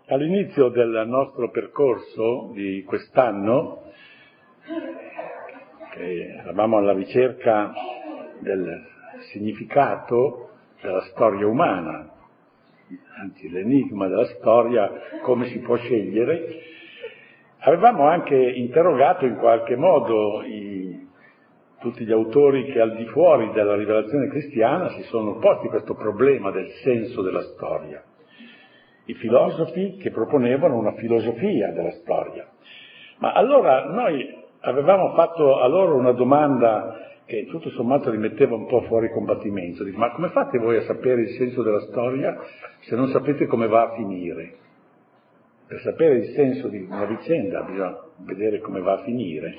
All'inizio del nostro percorso di quest'anno, che eravamo alla ricerca del significato della storia umana, anzi l'enigma della storia, come si può scegliere, avevamo anche interrogato in qualche modo tutti gli autori che al di fuori della rivelazione cristiana si sono posti questo problema del senso della storia. I filosofi che proponevano una filosofia della storia. Ma allora noi avevamo fatto a loro una domanda che tutto sommato li metteva un po' fuori combattimento. Dico, ma come fate voi a sapere il senso della storia se non sapete come va a finire? Per sapere il senso di una vicenda bisogna vedere come va a finire.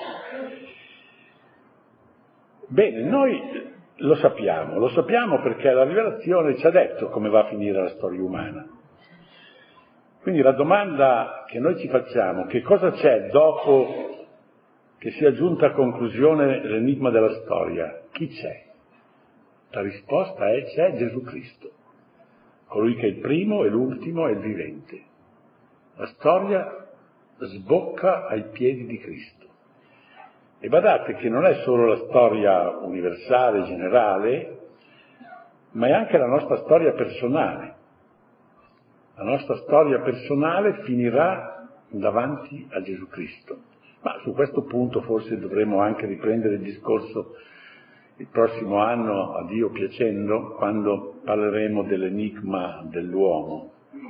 Bene, noi lo sappiamo perché la rivelazione ci ha detto come va a finire la storia umana. Quindi la domanda che noi ci facciamo, che cosa c'è dopo che sia giunta a conclusione l'enigma della storia? Chi c'è? La risposta è: c'è Gesù Cristo, colui che è il primo e l'ultimo e il vivente. La storia sbocca ai piedi di Cristo. E badate che non è solo la storia universale, generale, ma è anche la nostra storia personale. La nostra storia personale finirà davanti a Gesù Cristo. Ma su questo punto forse dovremo anche riprendere il discorso il prossimo anno, a Dio piacendo, quando parleremo dell'enigma dell'uomo.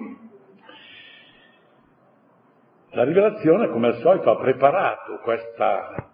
La rivelazione, come al solito, ha preparato questa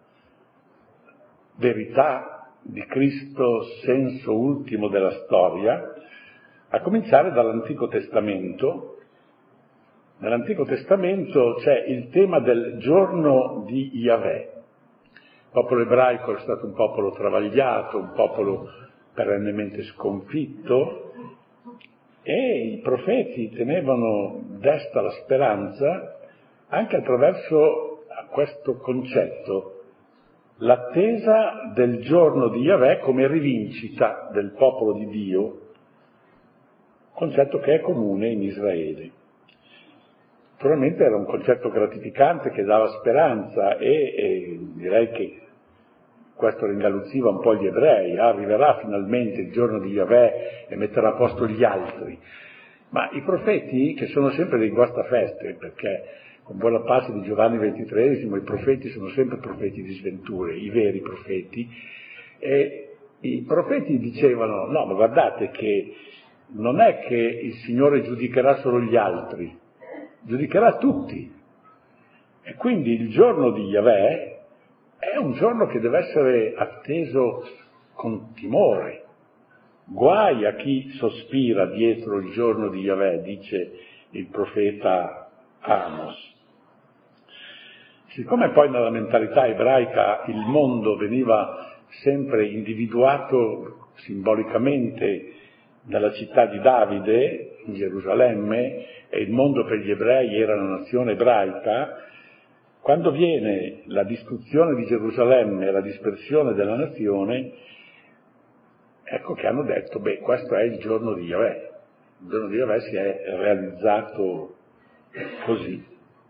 verità di Cristo, senso ultimo della storia, a cominciare dall'Antico Testamento. Nell'Antico Testamento c'è il tema del giorno di Yahweh. Il popolo ebraico è stato un popolo travagliato, un popolo perennemente sconfitto, e i profeti tenevano desta la speranza anche attraverso questo concetto, l'attesa del giorno di Yahweh come rivincita del popolo di Dio, concetto che è comune in Israele. Naturalmente era un concetto gratificante che dava speranza e direi che questo ringalluzziva un po' gli ebrei. Arriverà finalmente il giorno di Yahweh e metterà a posto gli altri. Ma i profeti, che sono sempre dei guastafeste, perché con buona pace di Giovanni XXIII i profeti sono sempre profeti di sventure, i veri profeti, e i profeti dicevano: no, ma guardate che non è che il Signore giudicherà solo gli altri, giudicherà tutti. E quindi il giorno di Yahweh è un giorno che deve essere atteso con timore. Guai a chi sospira dietro il giorno di Yahweh, dice il profeta Amos. Siccome poi nella mentalità ebraica il mondo veniva sempre individuato simbolicamente nella città di Davide, in Gerusalemme, e il mondo per gli ebrei era la nazione ebraica, quando viene la distruzione di Gerusalemme e la dispersione della nazione, ecco che hanno detto: beh, questo è il giorno di Yahweh. Il giorno di Yahweh si è realizzato così.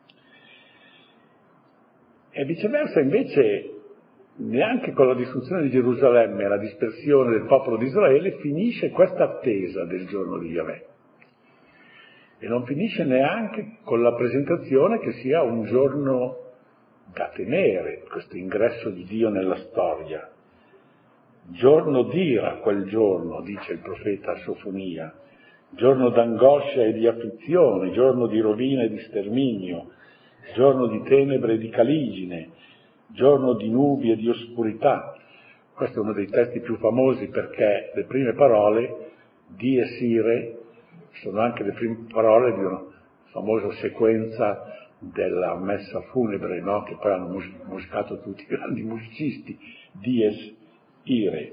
E viceversa invece, neanche con la distruzione di Gerusalemme e la dispersione del popolo di Israele finisce questa attesa del giorno di Yahweh. E non finisce neanche con la presentazione che sia un giorno da temere, questo ingresso di Dio nella storia. Giorno d'ira quel giorno, dice il profeta Sofonia, giorno d'angoscia e di afflizione, giorno di rovina e di sterminio, giorno di tenebre e di caligine, giorno di nubi e di oscurità. Questo è uno dei testi più famosi perché le prime parole, Dies Irae, sono anche le prime parole di una famosa sequenza della messa funebre, no? Che poi hanno musicato tutti i grandi musicisti, Dies Irae.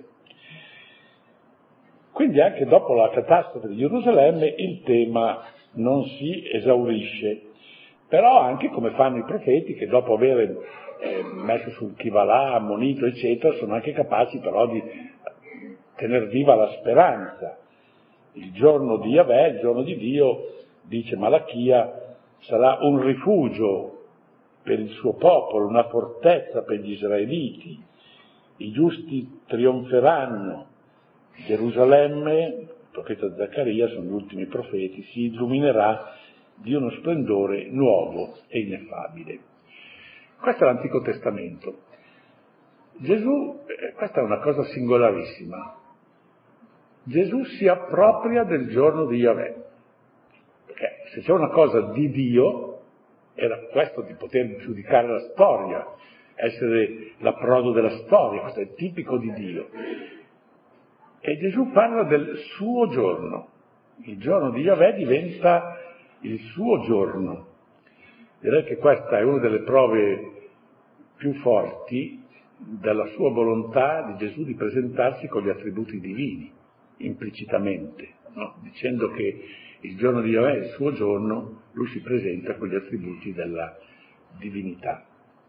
Quindi anche dopo la catastrofe di Gerusalemme il tema non si esaurisce, però anche come fanno i profeti che dopo aver messo sul Kivalà, ammonito eccetera, sono anche capaci però di tener viva la speranza. Il giorno di Yahweh, il giorno di Dio, dice Malachia, sarà un rifugio per il suo popolo, una fortezza per gli israeliti, i giusti trionferanno, Gerusalemme, il profeta Zaccaria, sono gli ultimi profeti, si illuminerà di uno splendore nuovo e ineffabile. Questo è l'Antico Testamento. Gesù, questa è una cosa singolarissima, Gesù si appropria del giorno di Yahweh, perché se c'è una cosa di Dio, era questo di poter giudicare la storia, essere l'approdo della storia, questo è tipico di Dio. E Gesù parla del suo giorno, il giorno di Yahweh diventa il suo giorno. Direi che questa è una delle prove più forti della sua volontà di Gesù di presentarsi con gli attributi divini, implicitamente, no? Dicendo che il giorno di Yahweh è il suo giorno, lui si presenta con gli attributi della divinità.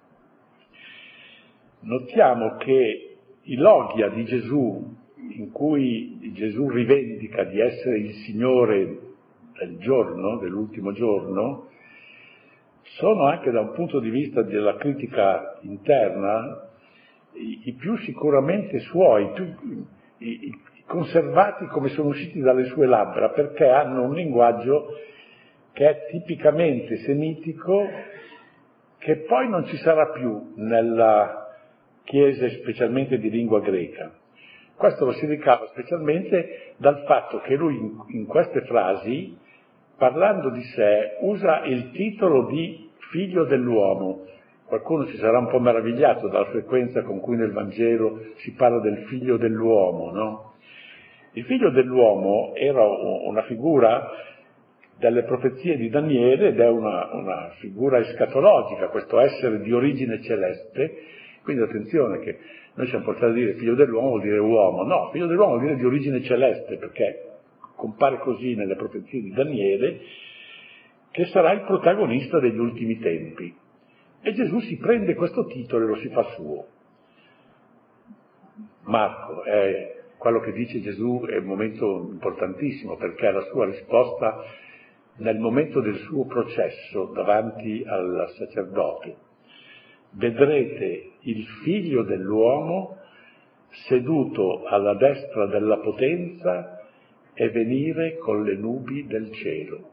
Notiamo che i logia di Gesù, in cui Gesù rivendica di essere il Signore del giorno, dell'ultimo giorno, sono anche da un punto di vista della critica interna i più sicuramente suoi, i conservati come sono usciti dalle sue labbra, perché hanno un linguaggio che è tipicamente semitico, che poi non ci sarà più nella Chiesa, specialmente di lingua greca. Questo lo si ricava specialmente dal fatto che lui in queste frasi, parlando di sé, usa il titolo di figlio dell'uomo. Qualcuno si sarà un po' meravigliato dalla frequenza con cui nel Vangelo si parla del figlio dell'uomo, no? Il figlio dell'uomo era una figura delle profezie di Daniele ed è una figura escatologica, questo essere di origine celeste. Quindi attenzione che noi siamo portati a dire figlio dell'uomo vuol dire uomo, no, figlio dell'uomo vuol dire di origine celeste, perché compare così nelle profezie di Daniele, che sarà il protagonista degli ultimi tempi. E Gesù si prende questo titolo e lo si fa suo. Marco, quello che dice Gesù è un momento importantissimo, perché è la sua risposta nel momento del suo processo davanti al sacerdote. Vedrete il figlio dell'uomo seduto alla destra della potenza e venire con le nubi del cielo.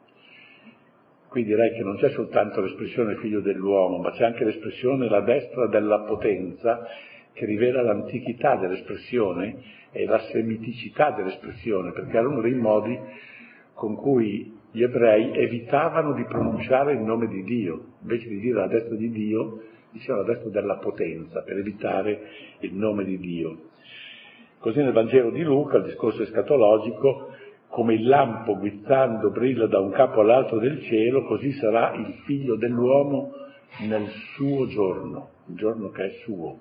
Qui direi che non c'è soltanto l'espressione figlio dell'uomo, ma c'è anche l'espressione la destra della potenza, che rivela l'antichità dell'espressione e la semiticità dell'espressione, perché era uno dei modi con cui gli ebrei evitavano di pronunciare il nome di Dio. Invece di dire la destra di Dio, diceva la destra della potenza, per evitare il nome di Dio. Così nel Vangelo di Luca, il discorso escatologico, come il lampo guizzando brilla da un capo all'altro del cielo, così sarà il figlio dell'uomo nel suo giorno, il giorno che è suo.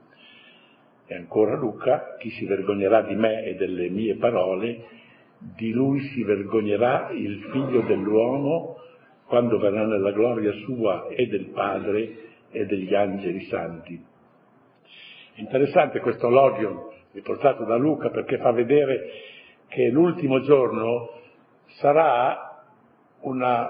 E ancora Luca, chi si vergognerà di me e delle mie parole, di lui si vergognerà il figlio dell'uomo quando verrà nella gloria sua e del Padre e degli angeli santi. Interessante questo logion riportato da Luca, perché fa vedere che l'ultimo giorno sarà una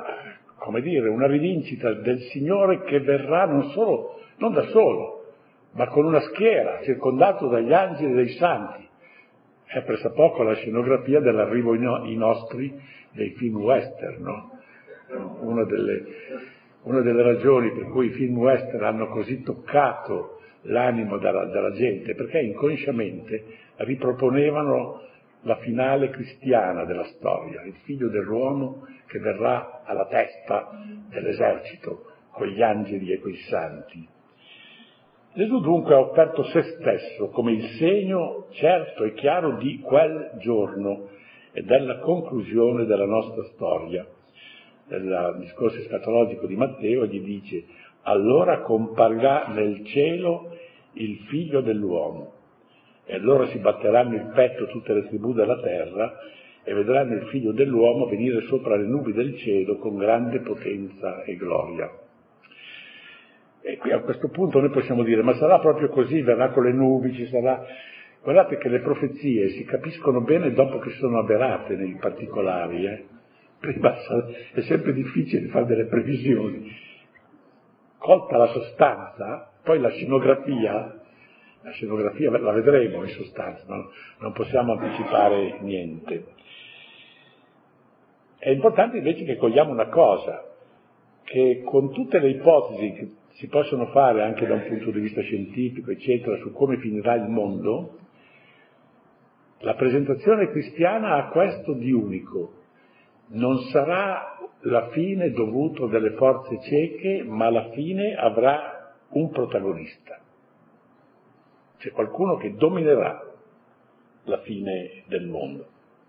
rivincita del Signore che verrà non da solo, ma con una schiera, circondato dagli angeli e dai santi. È pressappoco la scenografia dell'arrivo ai nostri dei film western, no? Una delle ragioni per cui i film western hanno così toccato l'animo della gente, perché inconsciamente riproponevano la finale cristiana della storia, il figlio dell'uomo che verrà alla testa dell'esercito con gli angeli e coi santi. Gesù dunque ha offerto se stesso come il segno certo e chiaro di quel giorno e della conclusione della nostra storia. Nel discorso escatologico di Matteo gli dice: allora comparirà nel cielo il figlio dell'uomo, e allora si batteranno il petto tutte le tribù della terra e vedranno il figlio dell'uomo venire sopra le nubi del cielo con grande potenza e gloria. E qui a questo punto noi possiamo dire: ma sarà proprio così? Verrà con le nubi, ci sarà... Guardate che le profezie si capiscono bene dopo che sono avverate nei particolari, Prima è sempre difficile fare delle previsioni. Colta la sostanza, poi la scenografia la vedremo in sostanza, ma non possiamo anticipare niente. È importante invece che cogliamo una cosa, che con tutte le ipotesi che si possono fare anche da un punto di vista scientifico, eccetera, su come finirà il mondo, la presentazione cristiana ha questo di unico: non sarà la fine dovuta delle forze cieche, ma la fine avrà un protagonista. C'è qualcuno che dominerà la fine del mondo.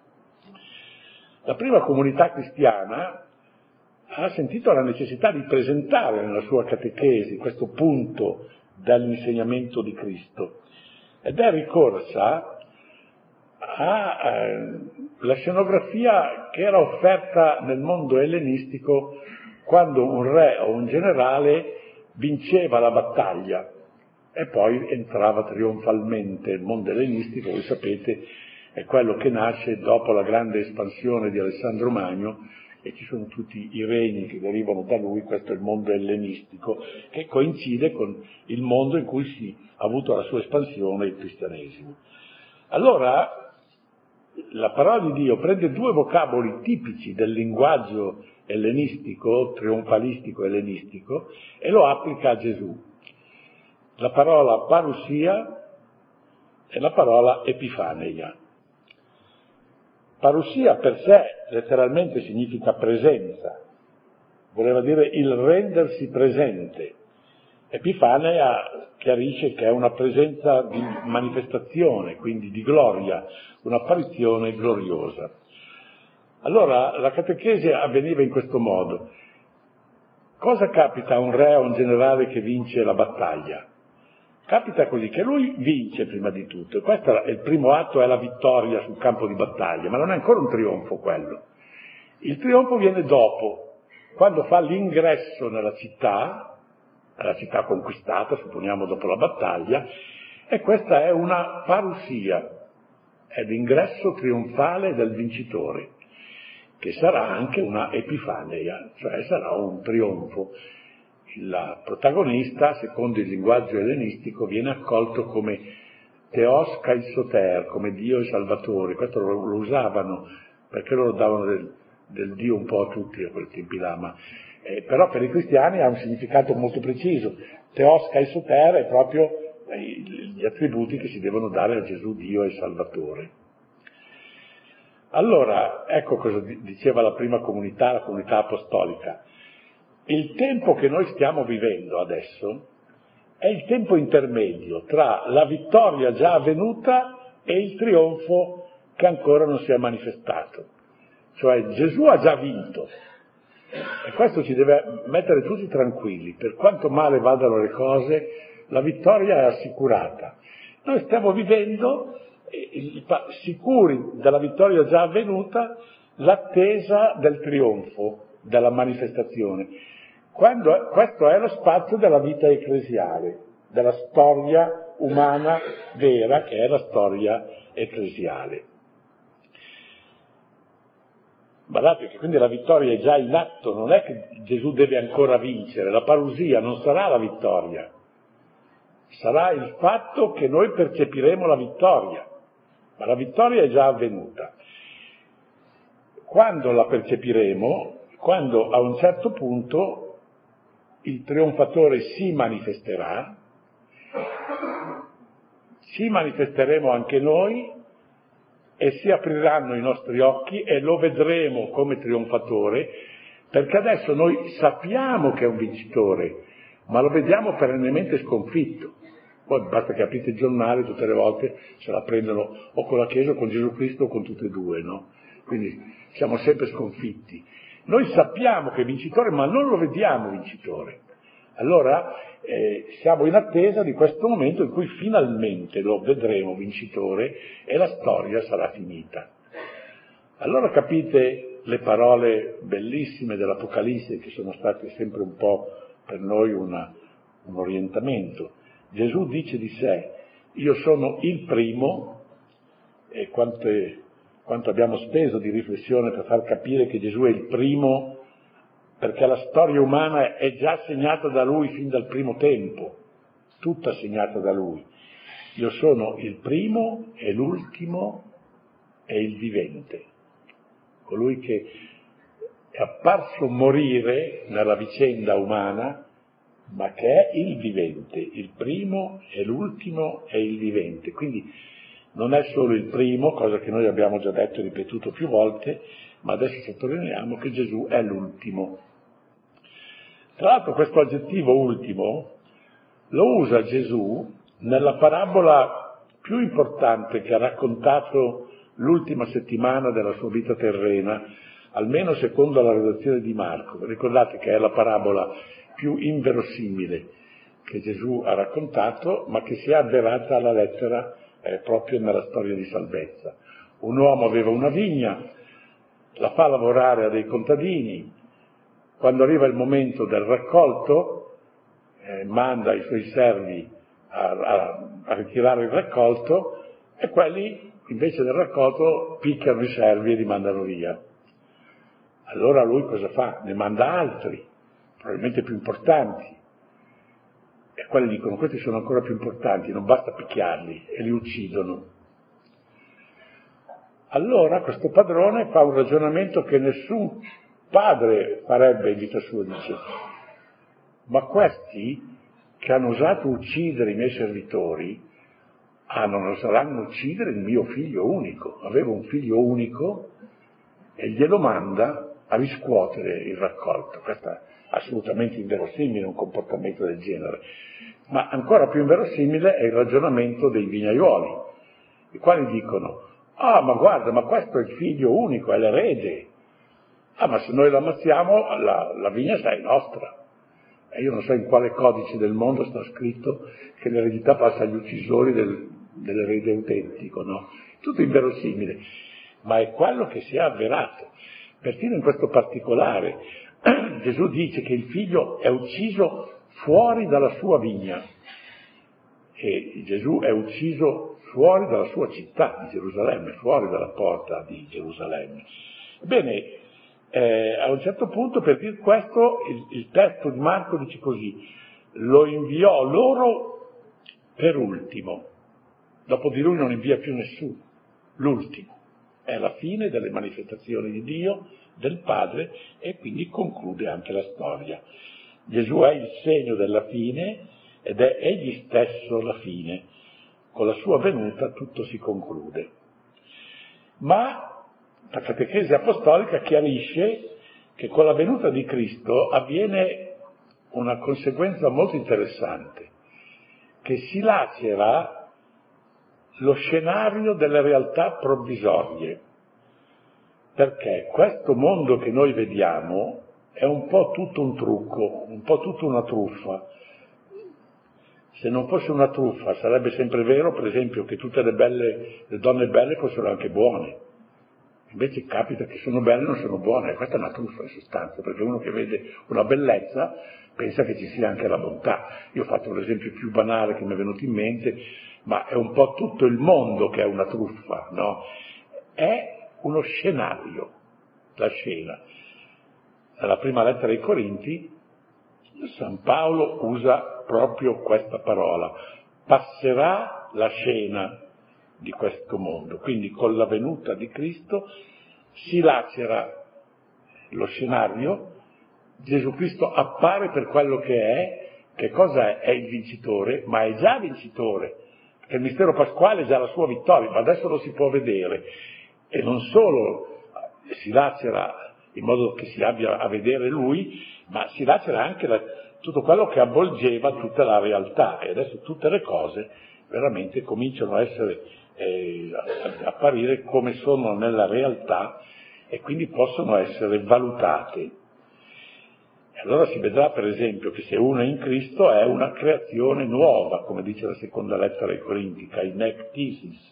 La prima comunità cristiana ha sentito la necessità di presentare nella sua catechesi questo punto dell'insegnamento di Cristo ed è ricorsa alla scenografia che era offerta nel mondo ellenistico quando un re o un generale vinceva la battaglia e poi entrava trionfalmente. Il mondo ellenistico, voi sapete, è quello che nasce dopo la grande espansione di Alessandro Magno, e ci sono tutti i regni che derivano da lui. Questo è il mondo ellenistico, che coincide con il mondo in cui si ha avuto la sua espansione il cristianesimo. Allora, la parola di Dio prende due vocaboli tipici del linguaggio ellenistico, trionfalistico ellenistico, e lo applica a Gesù. La parola parousia e la parola epifaneia. Parousia per sé letteralmente significa presenza, voleva dire il rendersi presente. Epifaneia chiarisce che è una presenza di manifestazione, quindi di gloria, un'apparizione gloriosa. Allora la catechesi avveniva in questo modo. Cosa capita a un re o a un generale che vince la battaglia? Capita così, che lui vince prima di tutto, e questo è il primo atto, è la vittoria sul campo di battaglia, ma non è ancora un trionfo quello. Il trionfo viene dopo, quando fa l'ingresso nella città conquistata, supponiamo dopo la battaglia, e questa è una parousia, è l'ingresso trionfale del vincitore, che sarà anche una epifaneia, cioè sarà un trionfo. Il protagonista, secondo il linguaggio ellenistico, viene accolto come Theos Kaisoter, come Dio e Salvatore. Questo lo usavano perché loro davano del Dio un po' a tutti a quei tempi là, ma però per i cristiani ha un significato molto preciso. Theos Kaisoter è proprio gli attributi che si devono dare a Gesù, Dio e Salvatore. Allora, ecco cosa diceva la prima comunità, la comunità apostolica. Il tempo che noi stiamo vivendo adesso è il tempo intermedio tra la vittoria già avvenuta e il trionfo che ancora non si è manifestato. Cioè Gesù ha già vinto, e questo ci deve mettere tutti tranquilli. Per quanto male vadano le cose, la vittoria è assicurata. Noi stiamo vivendo, sicuri della vittoria già avvenuta, l'attesa del trionfo, della manifestazione. Questo è lo spazio della vita ecclesiale, della storia umana vera, che è la storia ecclesiale. Guardate che quindi la vittoria è già in atto, non è che Gesù deve ancora vincere, la parousia non sarà la vittoria, sarà il fatto che noi percepiremo la vittoria, ma la vittoria è già avvenuta. Quando la percepiremo? Quando a un certo punto il trionfatore si manifesterà, ci manifesteremo anche noi e si apriranno i nostri occhi e lo vedremo come trionfatore, perché adesso noi sappiamo che è un vincitore, ma lo vediamo perennemente sconfitto. Poi basta che aprite il giornale, tutte le volte se la prendono o con la Chiesa o con Gesù Cristo o con tutte e due, no? Quindi siamo sempre sconfitti. Noi sappiamo che è vincitore, ma non lo vediamo vincitore. Allora siamo in attesa di questo momento in cui finalmente lo vedremo vincitore e la storia sarà finita. Allora capite le parole bellissime dell'Apocalisse, che sono state sempre un po' per noi un orientamento. Gesù dice di sé: io sono il primo, e quante quanto abbiamo speso di riflessione per far capire che Gesù è il primo, perché la storia umana è già segnata da Lui fin dal primo tempo, tutta segnata da Lui. Io sono il primo e l'ultimo e il vivente, colui che è apparso morire nella vicenda umana, ma che è il vivente, il primo e l'ultimo e il vivente. Quindi non è solo il primo, cosa che noi abbiamo già detto e ripetuto più volte, ma adesso sottolineiamo che Gesù è l'ultimo. Tra l'altro questo aggettivo ultimo lo usa Gesù nella parabola più importante che ha raccontato l'ultima settimana della sua vita terrena, almeno secondo la redazione di Marco. Ricordate che è la parabola più inverosimile che Gesù ha raccontato, ma che si è avverata alla lettera proprio nella storia di salvezza. Un uomo aveva una vigna, la fa lavorare a dei contadini, quando arriva il momento del raccolto manda i suoi servi a ritirare il raccolto e quelli invece del raccolto picchiano i servi e li mandano via. Allora lui cosa fa? Ne manda altri, probabilmente più importanti, e quelli dicono questi sono ancora più importanti, non basta picchiarli, e li uccidono. Allora questo padrone fa un ragionamento che nessun padre farebbe in vita sua, dice: ma questi che hanno osato uccidere i miei servitori non oseranno uccidere il mio figlio unico. Avevo un figlio unico e glielo manda a riscuotere il raccolto. Questo è assolutamente inverosimile, un comportamento del genere. Ma ancora più inverosimile è il ragionamento dei vignaiuoli, i quali dicono: ma guarda, ma questo è il figlio unico, è l'erede. Ma se noi lo ammazziamo, la vigna è nostra. E io non so in quale codice del mondo sta scritto che l'eredità passa agli uccisori dell'erede autentico, no? Tutto inverosimile. Ma è quello che si è avverato. Persino in questo particolare, Gesù dice che il figlio è ucciso fuori dalla sua vigna. E Gesù è ucciso fuori dalla sua città di Gerusalemme, fuori dalla porta di Gerusalemme. Ebbene, a un certo punto, per dire questo, il testo di Marco dice così: lo inviò loro per ultimo, dopo di lui non invia più nessuno, l'ultimo. È la fine delle manifestazioni di Dio, del Padre, e quindi conclude anche la storia. Gesù è il segno della fine ed è egli stesso la fine. Con la sua venuta tutto si conclude. Ma la catechesi apostolica chiarisce che con la venuta di Cristo avviene una conseguenza molto interessante, che si lacera lo scenario delle realtà provvisorie, perché questo mondo che noi vediamo è un po' tutto un trucco, un po' tutta una truffa. Se non fosse una truffa sarebbe sempre vero, per esempio, che tutte le donne belle fossero anche buone. Invece capita che sono belle e non sono buone, e questa è una truffa in sostanza, perché uno che vede una bellezza pensa che ci sia anche la bontà. Io ho fatto l'esempio più banale che mi è venuto in mente, ma è un po' tutto il mondo che è una truffa, no? È uno scenario, la scena. Nella prima lettera ai Corinti, San Paolo usa proprio questa parola: passerà la scena di questo mondo. Quindi con la venuta di Cristo si lacera lo scenario, Gesù Cristo appare per quello che è. Che cosa è? È il vincitore, ma è già vincitore, perché il mistero pasquale è già la sua vittoria, ma adesso lo si può vedere. E non solo si lacera in modo che si abbia a vedere lui, ma si lacera anche tutto quello che avvolgeva tutta la realtà, e adesso tutte le cose veramente cominciano a essere apparire come sono nella realtà, e quindi possono essere valutate. E allora si vedrà, per esempio, che se uno è in Cristo è una creazione nuova, come dice la seconda lettera ai Corinti, kainektisis.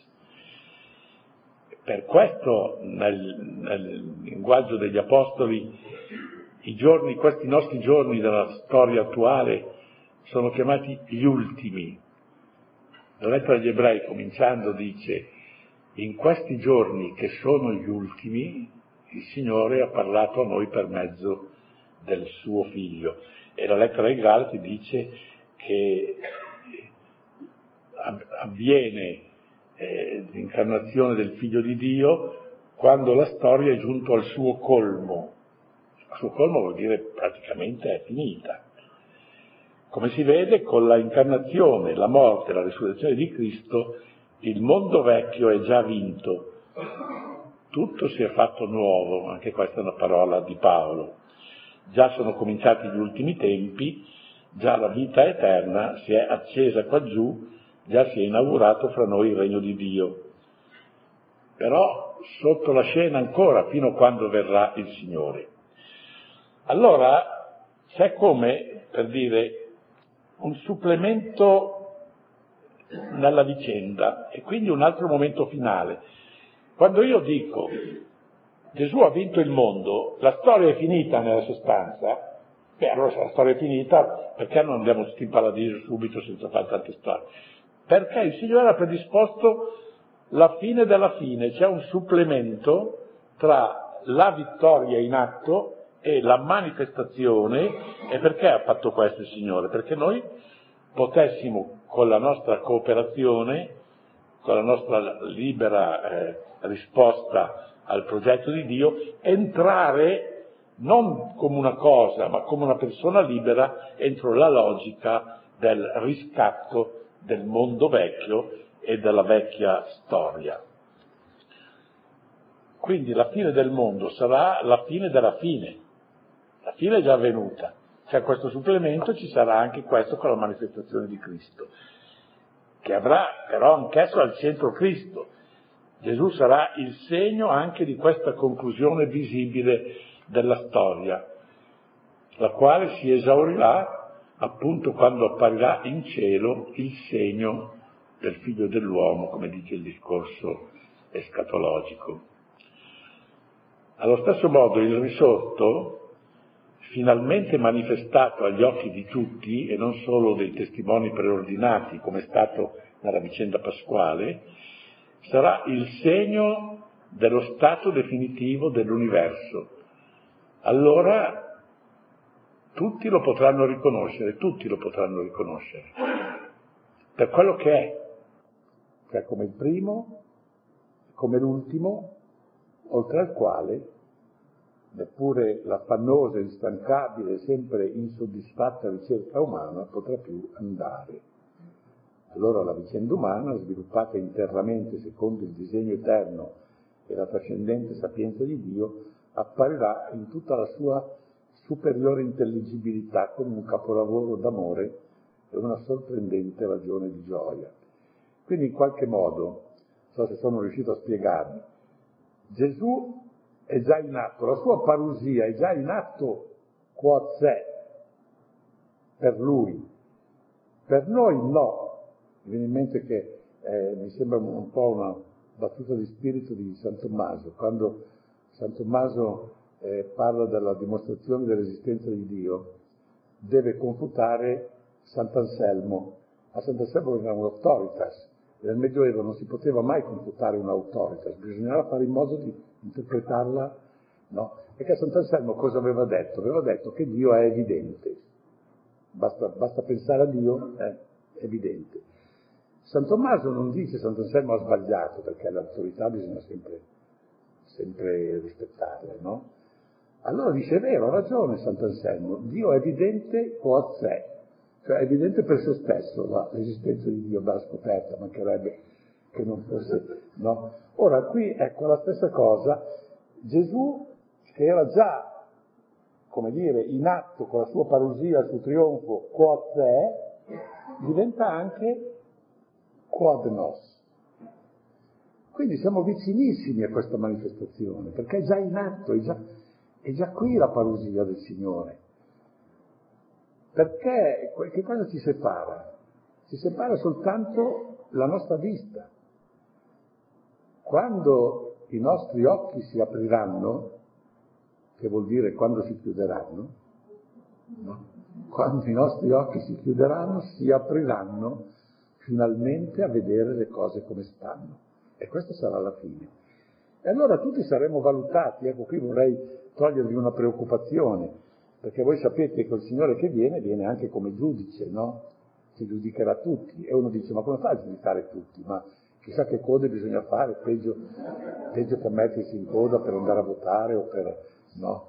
Per questo nel linguaggio degli Apostoli questi nostri giorni della storia attuale sono chiamati gli ultimi. La lettera agli Ebrei, cominciando, dice: in questi giorni che sono gli ultimi, il Signore ha parlato a noi per mezzo del suo Figlio. E la lettera ai Galati dice che avviene l'incarnazione del Figlio di Dio quando la storia è giunto al suo colmo. Il suo colmo vuol dire praticamente è finita. Come si vede, con la incarnazione, la morte e la risurrezione di Cristo, il mondo vecchio è già vinto. Tutto si è fatto nuovo, anche questa è una parola di Paolo. Già sono cominciati gli ultimi tempi, già la vita eterna si è accesa qua giù, già si è inaugurato fra noi il regno di Dio. Però sotto la scena ancora, fino a quando verrà il Signore. Allora c'è come, per dire, un supplemento nella vicenda e quindi un altro momento finale. Quando io dico Gesù ha vinto il mondo, la storia è finita nella sostanza, allora se la storia è finita, perché non andiamo tutti in paradiso subito senza fare tante storie? Perché il Signore ha predisposto la fine della fine, c'è un supplemento tra la vittoria in atto e la manifestazione. E perché ha fatto questo il Signore? Perché noi potessimo, con la nostra cooperazione, con la nostra libera risposta al progetto di Dio, entrare non come una cosa, ma come una persona libera entro la logica del riscatto del mondo vecchio e della vecchia storia. Quindi la fine del mondo sarà la fine della fine. La fine è già avvenuta. C'è questo supplemento, ci sarà anche questo con la manifestazione di Cristo, che avrà però anch'esso al centro Cristo. Gesù sarà il segno anche di questa conclusione visibile della storia, la quale si esaurirà appunto quando apparirà in cielo il segno del Figlio dell'uomo, come dice il discorso escatologico. Allo stesso modo il risorto, finalmente manifestato agli occhi di tutti e non solo dei testimoni preordinati, come è stato nella vicenda pasquale, sarà il segno dello stato definitivo dell'universo. Allora tutti lo potranno riconoscere, per quello che è, cioè come il primo, come l'ultimo, oltre al quale neppure l'affannosa, instancabile, sempre insoddisfatta ricerca umana potrà più andare. Allora la vicenda umana, sviluppata interamente secondo il disegno eterno e la trascendente sapienza di Dio, apparirà in tutta la sua superiore intelligibilità come un capolavoro d'amore e una sorprendente ragione di gioia. Quindi in qualche modo, non so se sono riuscito a spiegarmi, Gesù è già in atto, la sua parusia è già in atto quod sé, per lui. Per noi no. Mi viene in mente che mi sembra un po' una battuta di spirito di San Tommaso, quando San Tommaso parla della dimostrazione dell'esistenza di Dio, deve confutare Sant'Anselmo. A Sant'Anselmo era un'autoritas, nel Medioevo non si poteva mai confutare un'autoritas, bisognava fare in modo di interpretarla, no? Perché Sant'Anselmo cosa aveva detto? Aveva detto che Dio è evidente, basta pensare a Dio, è evidente. San Tommaso non dice Sant'Anselmo ha sbagliato, perché l'autorità bisogna sempre rispettarla, no? Allora dice, è vero, ha ragione Sant'Anselmo, Dio è evidente quod sé, cioè è evidente per se stesso l'esistenza di Dio, dalla scoperta, mancherebbe che non fosse, no? Ora qui ecco la stessa cosa, Gesù che era già, come dire, in atto con la sua parusia, il suo trionfo quod sé, diventa anche quod nos. Quindi siamo vicinissimi a questa manifestazione, perché è già in atto, è già qui la parusia del Signore. Perché che cosa ci separa? Ci separa soltanto la nostra vista. Quando i nostri occhi si apriranno, che vuol dire quando si chiuderanno, no? Quando i nostri occhi si chiuderanno, si apriranno finalmente a vedere le cose come stanno. e questa sarà la fine. E allora tutti saremo valutati, ecco qui vorrei togliervi una preoccupazione, perché voi sapete che il Signore che viene anche come giudice, no? Ci giudicherà tutti, e uno dice, ma come fa a giudicare tutti? Ma chissà che code bisogna fare, peggio che mettersi in coda per andare a votare o per... no,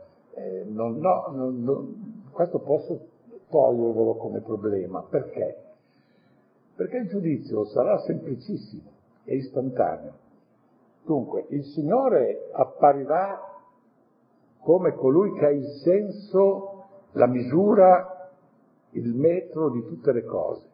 questo posso togliervelo come problema. Perché? Perché il giudizio sarà semplicissimo e istantaneo. Dunque, il Signore apparirà come colui che ha il senso, la misura, il metro di tutte le cose.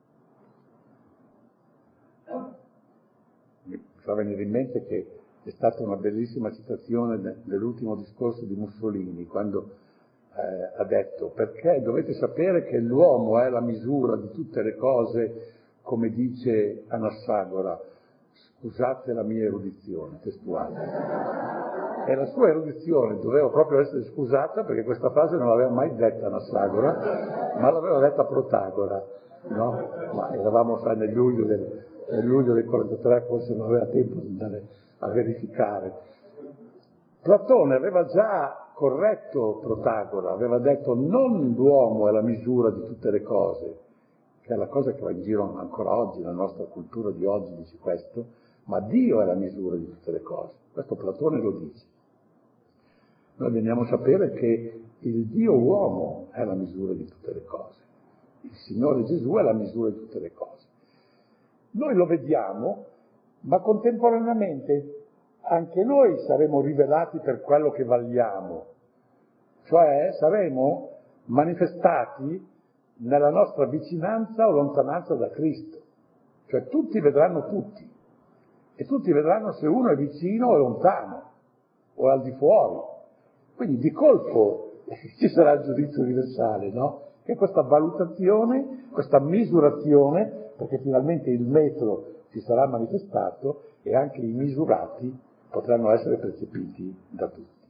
Mi fa venire in mente che è stata una bellissima citazione dell'ultimo discorso di Mussolini, quando ha detto: perché dovete sapere che l'uomo è la misura di tutte le cose, come dice Anassagora, scusate la mia erudizione testuale. E la sua erudizione doveva proprio essere scusata, perché questa frase non l'aveva mai detta Anassagora, ma l'aveva detta Protagora, no? Ma eravamo, sai, nel luglio del 43, forse non aveva tempo di andare a verificare. Platone aveva già corretto Protagora, aveva detto non l'uomo è la misura di tutte le cose, che è la cosa che va in giro ancora oggi, la nostra cultura di oggi dice questo, ma Dio è la misura di tutte le cose. Questo Platone lo dice. Noi veniamo a sapere che il Dio uomo è la misura di tutte le cose. Il Signore Gesù è la misura di tutte le cose. Noi lo vediamo, ma contemporaneamente anche noi saremo rivelati per quello che valiamo, cioè saremo manifestati nella nostra vicinanza o lontananza da Cristo. Cioè tutti vedranno tutti, e tutti vedranno se uno è vicino o è lontano, o è al di fuori. Quindi di colpo ci sarà il giudizio universale, no? Che è questa valutazione, questa misurazione, perché finalmente il metro ci sarà manifestato e anche i misurati potranno essere percepiti da tutti.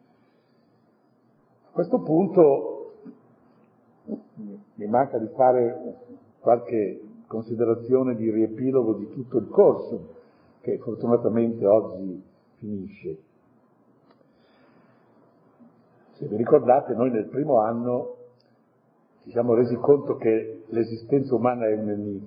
A questo punto mi manca di fare qualche considerazione di riepilogo di tutto il corso, che fortunatamente oggi finisce. Se vi ricordate, noi nel primo anno ci siamo resi conto che l'esistenza umana è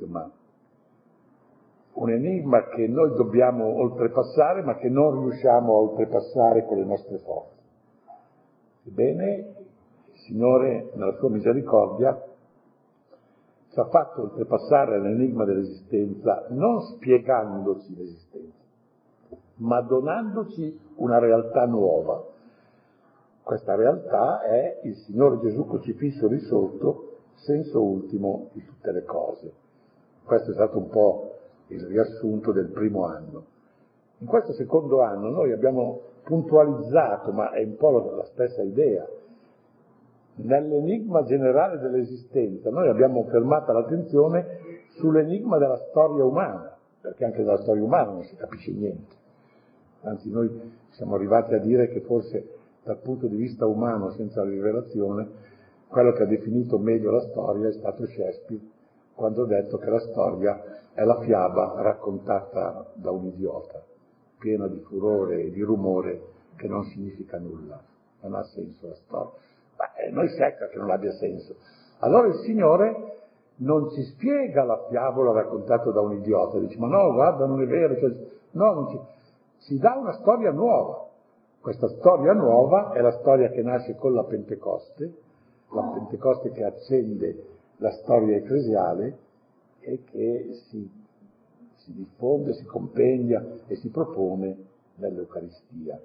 un enigma che noi dobbiamo oltrepassare, ma che non riusciamo a oltrepassare con le nostre forze. Ebbene, il Signore, nella sua misericordia, ci ha fatto oltrepassare l'enigma dell'esistenza, non spiegandoci l'esistenza, ma donandoci una realtà nuova. Questa realtà è il Signore Gesù crocifisso risorto, senso ultimo di tutte le cose. Questo è stato un po' il riassunto del primo anno. In questo secondo anno noi abbiamo puntualizzato, ma è un po' la stessa idea, nell'enigma generale dell'esistenza noi abbiamo fermato l'attenzione sull'enigma della storia umana, perché anche della storia umana non si capisce niente. Anzi, noi siamo arrivati a dire che forse dal punto di vista umano, senza la rivelazione, quello che ha definito meglio la storia è stato Shakespeare, quando ha detto che la storia è la fiaba raccontata da un idiota, piena di furore e di rumore che non significa nulla, non ha senso la storia. Noi secca che non abbia senso. Allora il Signore non ci spiega la fiabola raccontata da un idiota, dice ma no, guarda, non è vero, ci dà una storia nuova. Questa storia nuova è la storia che nasce con la Pentecoste che accende la storia ecclesiale e che si diffonde, si compendia e si propone nell'Eucaristia.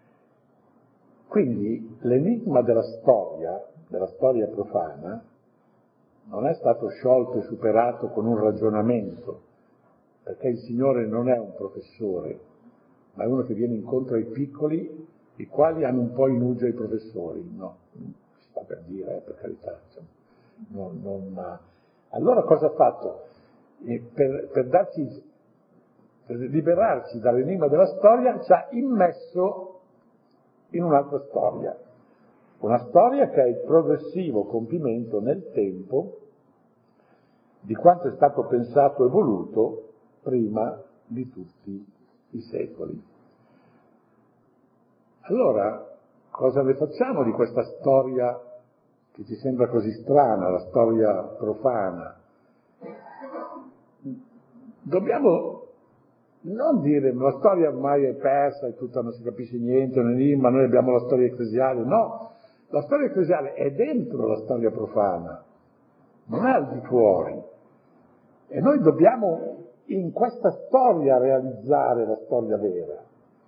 Quindi l'enigma della storia profana, non è stato sciolto e superato con un ragionamento, perché il Signore non è un professore, ma è uno che viene incontro ai piccoli, i quali hanno un po' in uggia i professori, no? Si sta per dire, per carità. Allora cosa ha fatto? Per liberarci dall'enigma della storia ci ha immesso in un'altra storia, una storia che è il progressivo compimento nel tempo di quanto è stato pensato e voluto prima di tutti i secoli. Allora, cosa ne facciamo di questa storia che ci sembra così strana, la storia profana? Dobbiamo non dire la storia ormai è persa, è tutta, non si capisce niente, ma noi abbiamo la storia ecclesiale. No, la storia ecclesiale è dentro la storia profana, non è al di fuori. E noi dobbiamo in questa storia realizzare la storia vera.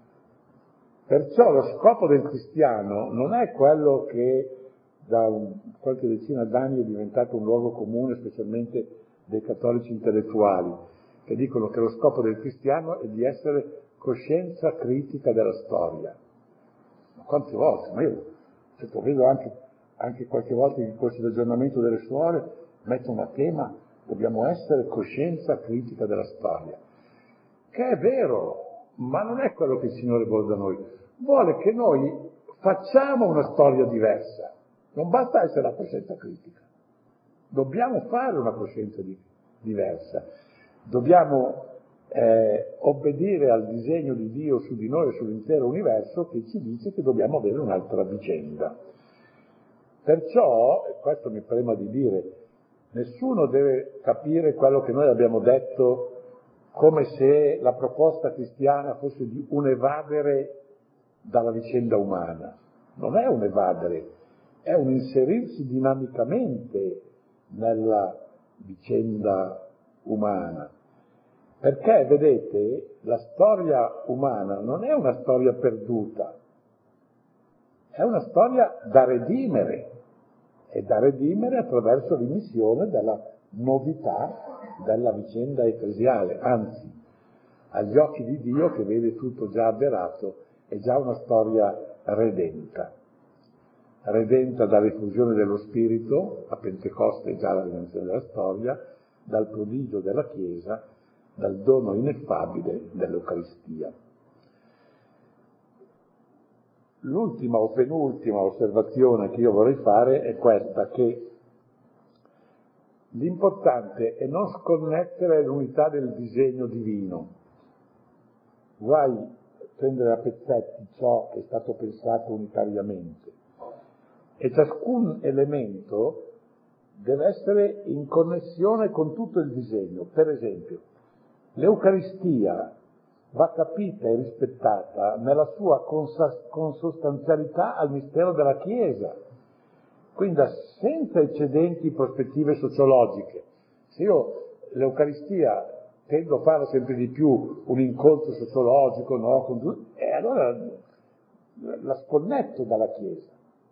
Perciò lo scopo del cristiano non è quello che da qualche decina d'anni è diventato un luogo comune, specialmente dei cattolici intellettuali, che dicono che lo scopo del cristiano è di essere coscienza critica della storia. Ma quante volte? Ma io vedo anche qualche volta in corso di aggiornamento delle suore mettono a tema dobbiamo essere coscienza critica della storia, che è vero, ma non è quello che il Signore vuole da noi. Vuole che noi facciamo una storia diversa, non basta essere la coscienza critica, dobbiamo fare una coscienza diversa, dobbiamo obbedire al disegno di Dio su di noi e sull'intero universo che ci dice che dobbiamo avere un'altra vicenda. Perciò, e questo mi prema di dire, nessuno deve capire quello che noi abbiamo detto come se la proposta cristiana fosse di un evadere dalla vicenda umana. Non è un evadere, è un inserirsi dinamicamente nella vicenda umana. Perché, vedete, la storia umana non è una storia perduta, è una storia da redimere, e da redimere attraverso l'immissione della novità della vicenda ecclesiale, anzi, agli occhi di Dio che vede tutto già avverato, è già una storia redenta dall'effusione dello Spirito, a Pentecoste è già la redenzione della storia, dal prodigio della Chiesa, dal dono ineffabile dell'Eucaristia. L'ultima o penultima osservazione che io vorrei fare è questa, che l'importante è non sconnettere l'unità del disegno divino. Guai prendere a pezzetti ciò che è stato pensato unitariamente. E ciascun elemento deve essere in connessione con tutto il disegno. Per esempio, l'Eucaristia va capita e rispettata nella sua consostanzialità al mistero della Chiesa, quindi senza eccedenti prospettive sociologiche. Se io l'Eucaristia tendo a fare sempre di più un incontro sociologico, no, e allora la sconnetto dalla Chiesa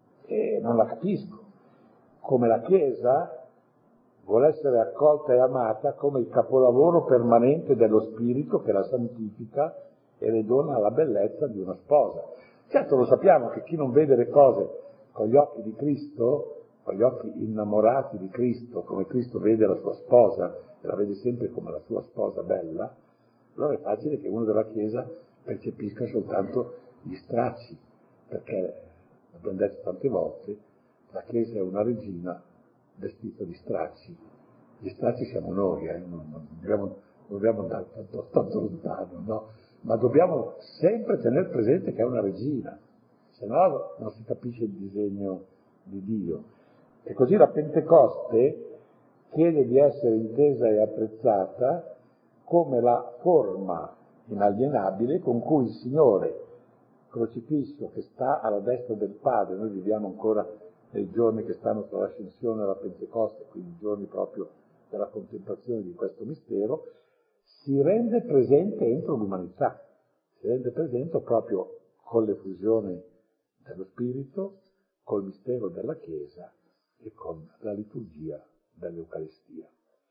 e non la capisco. Come la Chiesa vuole essere accolta e amata come il capolavoro permanente dello Spirito che la santifica e le dona la bellezza di una sposa. Certo lo sappiamo che chi non vede le cose con gli occhi di Cristo, con gli occhi innamorati di Cristo, come Cristo vede la sua sposa, e la vede sempre come la sua sposa bella, allora è facile che uno della Chiesa percepisca soltanto gli stracci, perché, l'abbiamo detto tante volte, la Chiesa è una regina vestita di stracci. Gli stracci siamo noi, non dobbiamo andare tanto lontano, no? Ma dobbiamo sempre tenere presente che è una regina, se no non si capisce il disegno di Dio. E così la Pentecoste chiede di essere intesa e apprezzata come la forma inalienabile con cui il Signore crocifisso che sta alla destra del Padre, noi viviamo ancora nei giorni che stanno tra l'ascensione e la Pentecoste, quindi i giorni proprio della contemplazione di questo mistero, si rende presente entro l'umanità, si rende presente proprio con l'effusione dello Spirito, col mistero della Chiesa e con la liturgia dell'Eucaristia.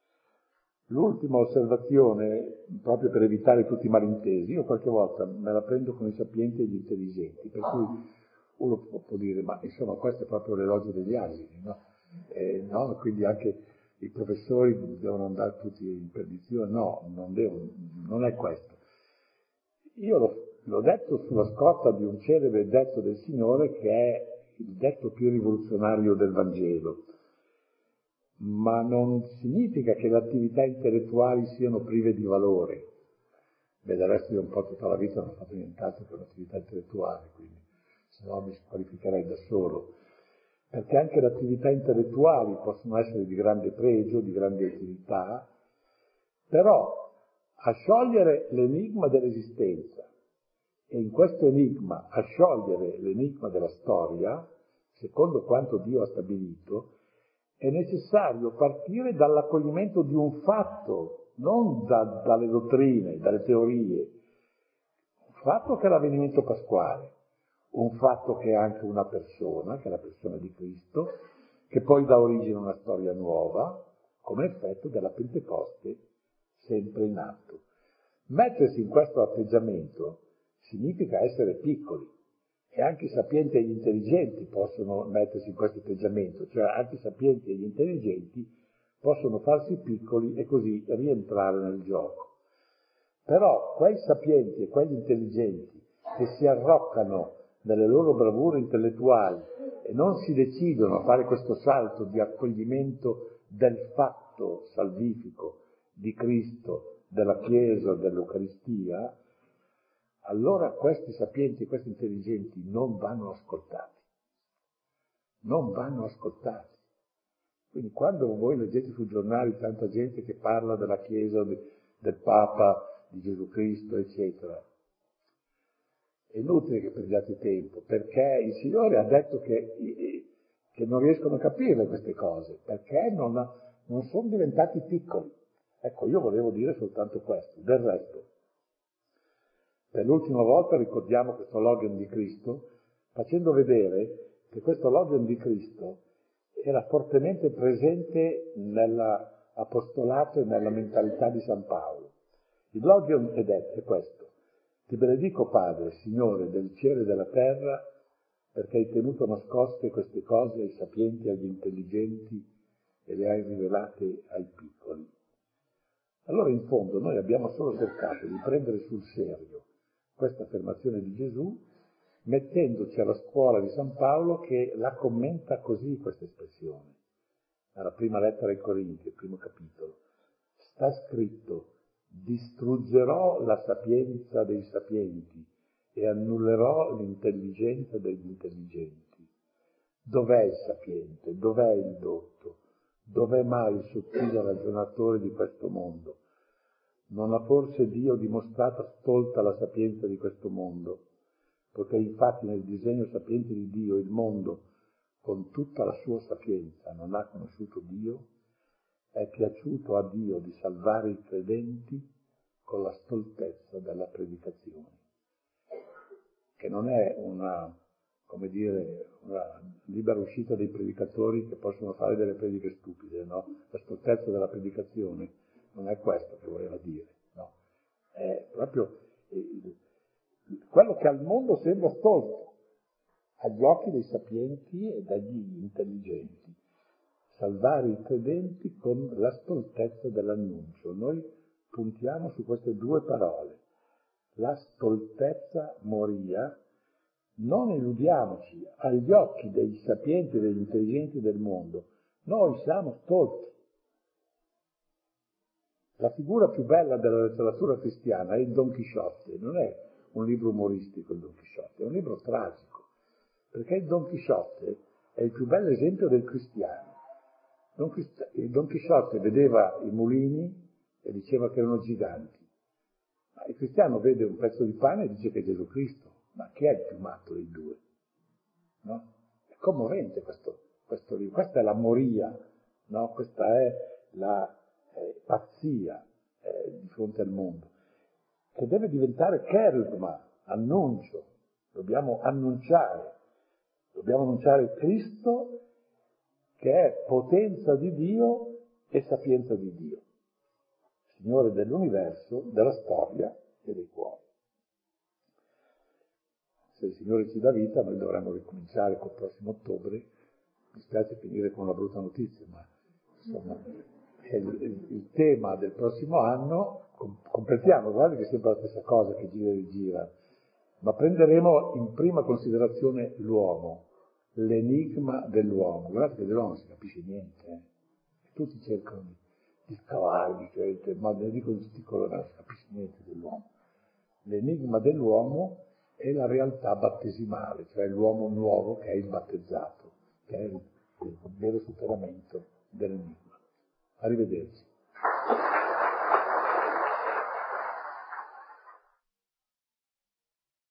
L'ultima osservazione, proprio per evitare tutti i malintesi, io qualche volta me la prendo con i sapienti e gli intelligenti, per cui uno può dire, ma insomma questo è proprio l'elogio degli asini, no? No? Quindi anche i professori devono andare tutti in perdizione, no, non è questo. Io l'ho detto sulla scorta di un celebre detto del Signore che è il detto più rivoluzionario del Vangelo, ma non significa che le attività intellettuali siano prive di valore. Beh, del resto io un po' tutta la vita non ho fatto nient'altro che un'attività intellettuale, quindi se no mi squalificherei da solo. Perché anche le attività intellettuali possono essere di grande pregio, di grande utilità, però a sciogliere l'enigma dell'esistenza e in questo enigma a sciogliere l'enigma della storia, secondo quanto Dio ha stabilito, è necessario partire dall'accoglimento di un fatto, non dalle dottrine, dalle teorie, un fatto che è l'avvenimento pasquale, un fatto che è anche una persona, che è la persona di Cristo, che poi dà origine a una storia nuova, come effetto della Pentecoste sempre in atto. Mettersi in questo atteggiamento significa essere piccoli, e anche i sapienti e gli intelligenti possono mettersi in questo atteggiamento, cioè anche i sapienti e gli intelligenti possono farsi piccoli e così rientrare nel gioco. Però quei sapienti e quegli intelligenti che si arroccano nelle loro bravure intellettuali e non si decidono a fare questo salto di accoglimento del fatto salvifico di Cristo, della Chiesa, dell'Eucaristia, allora questi sapienti e questi intelligenti non vanno ascoltati. Non vanno ascoltati. Quindi quando voi leggete sui giornali tanta gente che parla della Chiesa, del Papa, di Gesù Cristo, eccetera, è inutile che perdiate tempo, perché il Signore ha detto che non riescono a capire queste cose, perché non sono diventati piccoli. Ecco, io volevo dire soltanto questo. Del resto, per l'ultima volta ricordiamo questo Logion di Cristo, facendo vedere che questo Logion di Cristo era fortemente presente nell'apostolato e nella mentalità di San Paolo. Il Logion è questo: ti benedico Padre, Signore del cielo e della terra, perché hai tenuto nascoste queste cose ai sapienti e agli intelligenti e le hai rivelate ai piccoli. Allora in fondo noi abbiamo solo cercato di prendere sul serio questa affermazione di Gesù, mettendoci alla scuola di San Paolo che la commenta così questa espressione. Nella prima lettera ai Corinti, il primo capitolo, sta scritto: distruggerò la sapienza dei sapienti e annullerò l'intelligenza degli intelligenti. Dov'è il sapiente? Dov'è il dotto? Dov'è mai il sottile ragionatore di questo mondo? Non ha forse Dio dimostrato stolta la sapienza di questo mondo? Poiché infatti nel disegno sapiente di Dio il mondo, con tutta la sua sapienza, non ha conosciuto Dio, è piaciuto a Dio di salvare i credenti con la stoltezza della predicazione, che non è una libera uscita dei predicatori che possono fare delle prediche stupide, no? La stoltezza della predicazione non è questo che voleva dire, no? È proprio quello che al mondo sembra stolto, agli occhi dei sapienti e degli intelligenti. Salvare i credenti con la stoltezza dell'annuncio. Noi puntiamo su queste due parole. La stoltezza moria, non illudiamoci, agli occhi dei sapienti e degli intelligenti del mondo, noi siamo stolti. La figura più bella della letteratura cristiana è il Don Chisciotte, non è un libro umoristico il Don Chisciotte, è un libro tragico, perché il Don Chisciotte è il più bello esempio del cristiano. Il Don Chisciotte vedeva i mulini e diceva che erano giganti, ma il cristiano vede un pezzo di pane e dice che è Gesù Cristo. Ma chi è il più matto dei due? No? È commovente questo libro, questa è la moria, no? Questa è la pazzia di fronte al mondo, che deve diventare kerygma, annuncio. Dobbiamo annunciare Cristo, che è potenza di Dio e sapienza di Dio, Signore dell'universo, della storia e dei cuori. Se il Signore ci dà vita, noi dovremmo ricominciare col prossimo ottobre. Mi spiace finire con una brutta notizia, ma insomma è il tema del prossimo anno. Completiamo, guarda che è sempre la stessa cosa che gira e rigira, ma prenderemo in prima considerazione l'uomo, l'enigma dell'uomo. Guardate che dell'uomo non si capisce niente, tutti cercano di scavarli, ma ne dicono tutti colori, non si capisce niente dell'uomo. L'enigma dell'uomo è la realtà battesimale, cioè l'uomo nuovo che è il battezzato, che è il vero superamento dell'enigma. Arrivederci.